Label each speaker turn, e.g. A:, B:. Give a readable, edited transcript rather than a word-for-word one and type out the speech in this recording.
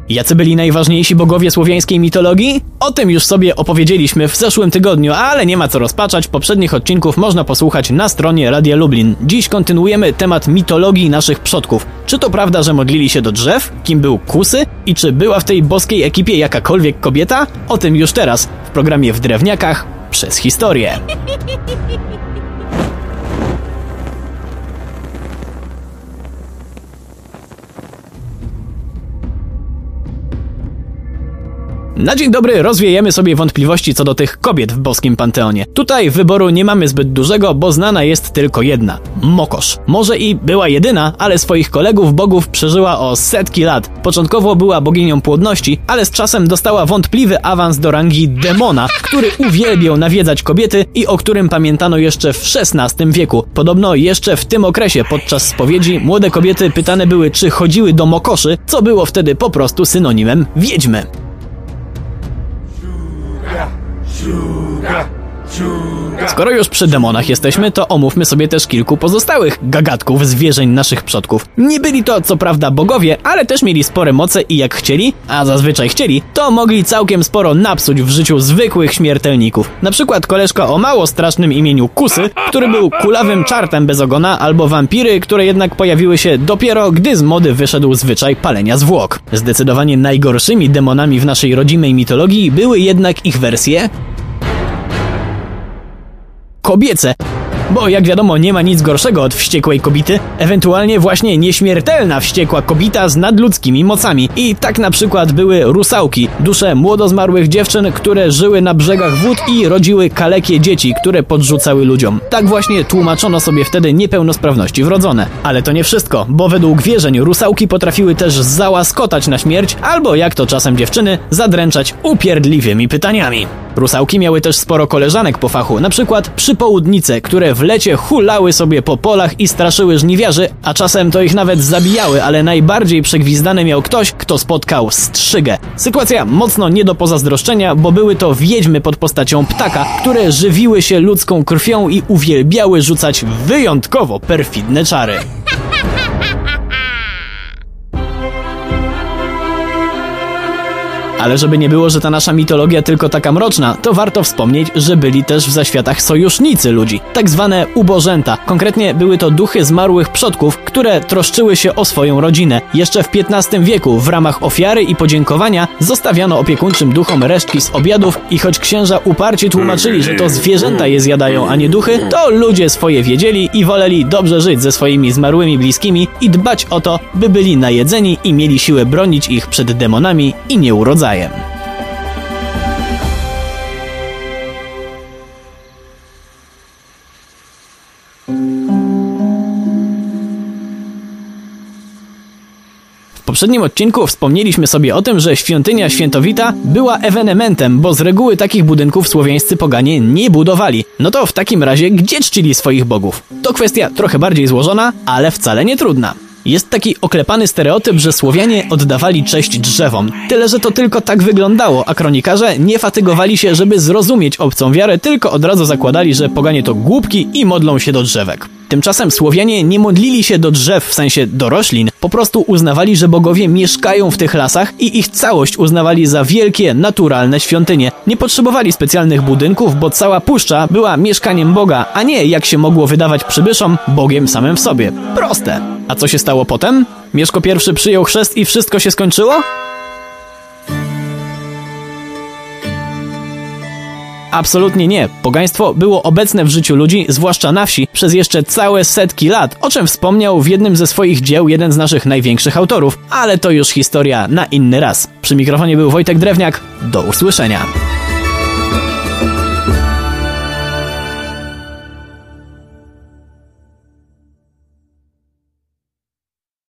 A: Jacy byli najważniejsi bogowie słowiańskiej mitologii? O tym już sobie opowiedzieliśmy w zeszłym tygodniu, ale nie ma co rozpaczać, poprzednich odcinków można posłuchać na stronie Radia Lublin. Dziś kontynuujemy temat mitologii naszych przodków. Czy to prawda, że modlili się do drzew? Kim był Kusy? I czy była w tej boskiej ekipie jakakolwiek kobieta? O tym już teraz, w programie W Drewniakach przez historię. Na dzień dobry rozwiejemy sobie wątpliwości co do tych kobiet w boskim panteonie. Tutaj wyboru nie mamy zbyt dużego, bo znana jest tylko jedna – Mokosz. Może i była jedyna, ale swoich kolegów bogów przeżyła o setki lat. Początkowo była boginią płodności, ale z czasem dostała wątpliwy awans do rangi demona, który uwielbiał nawiedzać kobiety i o którym pamiętano jeszcze w XVI wieku. Podobno jeszcze w tym okresie podczas spowiedzi młode kobiety pytane były, czy chodziły do Mokoszy, co było wtedy po prostu synonimem wiedźmy. Skoro już przy demonach jesteśmy, to omówmy sobie też kilku pozostałych gagatków zwierzeń naszych przodków. Nie byli to co prawda bogowie, ale też mieli spore moce i jak chcieli, a zazwyczaj chcieli, to mogli całkiem sporo napsuć w życiu zwykłych śmiertelników. Na przykład koleżka o mało strasznym imieniu Kusy, który był kulawym czartem bez ogona, albo wampiry, które jednak pojawiły się dopiero, gdy z mody wyszedł zwyczaj palenia zwłok. Zdecydowanie najgorszymi demonami w naszej rodzimej mitologii były jednak ich wersje kobiece. Bo jak wiadomo nie ma nic gorszego od wściekłej kobity, ewentualnie właśnie nieśmiertelna wściekła kobita z nadludzkimi mocami. I tak na przykład były rusałki, dusze młodo zmarłych dziewczyn, które żyły na brzegach wód i rodziły kalekie dzieci, które podrzucały ludziom. Tak właśnie tłumaczono sobie wtedy niepełnosprawności wrodzone. Ale to nie wszystko, bo według wierzeń rusałki potrafiły też załaskotać na śmierć, albo jak to czasem dziewczyny, zadręczać upierdliwymi pytaniami. Rusałki miały też sporo koleżanek po fachu, na przykład przypołudnice, które w lecie hulały sobie po polach i straszyły żniwiarzy, a czasem to ich nawet zabijały, ale najbardziej przegwizdany miał ktoś, kto spotkał strzygę. Sytuacja mocno nie do pozazdroszczenia, bo były to wiedźmy pod postacią ptaka, które żywiły się ludzką krwią i uwielbiały rzucać wyjątkowo perfidne czary. Ale żeby nie było, że ta nasza mitologia tylko taka mroczna, to warto wspomnieć, że byli też w zaświatach sojusznicy ludzi, tak zwane ubożęta. Konkretnie były to duchy zmarłych przodków, które troszczyły się o swoją rodzinę. Jeszcze w XV wieku w ramach ofiary i podziękowania zostawiano opiekuńczym duchom resztki z obiadów i choć księża uparcie tłumaczyli, że to zwierzęta je zjadają, a nie duchy, to ludzie swoje wiedzieli i woleli dobrze żyć ze swoimi zmarłymi bliskimi i dbać o to, by byli najedzeni i mieli siłę bronić ich przed demonami i nieurodzajem. W poprzednim odcinku wspomnieliśmy sobie o tym, że świątynia świętowita była ewenementem, bo z reguły takich budynków słowiańscy poganie nie budowali. No to w takim razie gdzie czcili swoich bogów? To kwestia trochę bardziej złożona, ale wcale nie trudna. Jest taki oklepany stereotyp, że Słowianie oddawali cześć drzewom. Tyle, że to tylko tak wyglądało, a kronikarze nie fatygowali się, żeby zrozumieć obcą wiarę, tylko od razu zakładali, że poganie to głupki i modlą się do drzewek. Tymczasem Słowianie nie modlili się do drzew, w sensie do roślin, po prostu uznawali, że bogowie mieszkają w tych lasach i ich całość uznawali za wielkie, naturalne świątynie. Nie potrzebowali specjalnych budynków, bo cała puszcza była mieszkaniem Boga, a nie, jak się mogło wydawać przybyszom, Bogiem samym w sobie. Proste. A co się stało potem? Mieszko I przyjął chrzest i wszystko się skończyło? Absolutnie nie. Pogaństwo było obecne w życiu ludzi, zwłaszcza na wsi, przez jeszcze całe setki lat, o czym wspomniał w jednym ze swoich dzieł jeden z naszych największych autorów, ale to już historia na inny raz. Przy mikrofonie był Wojtek Drewniak. Do usłyszenia.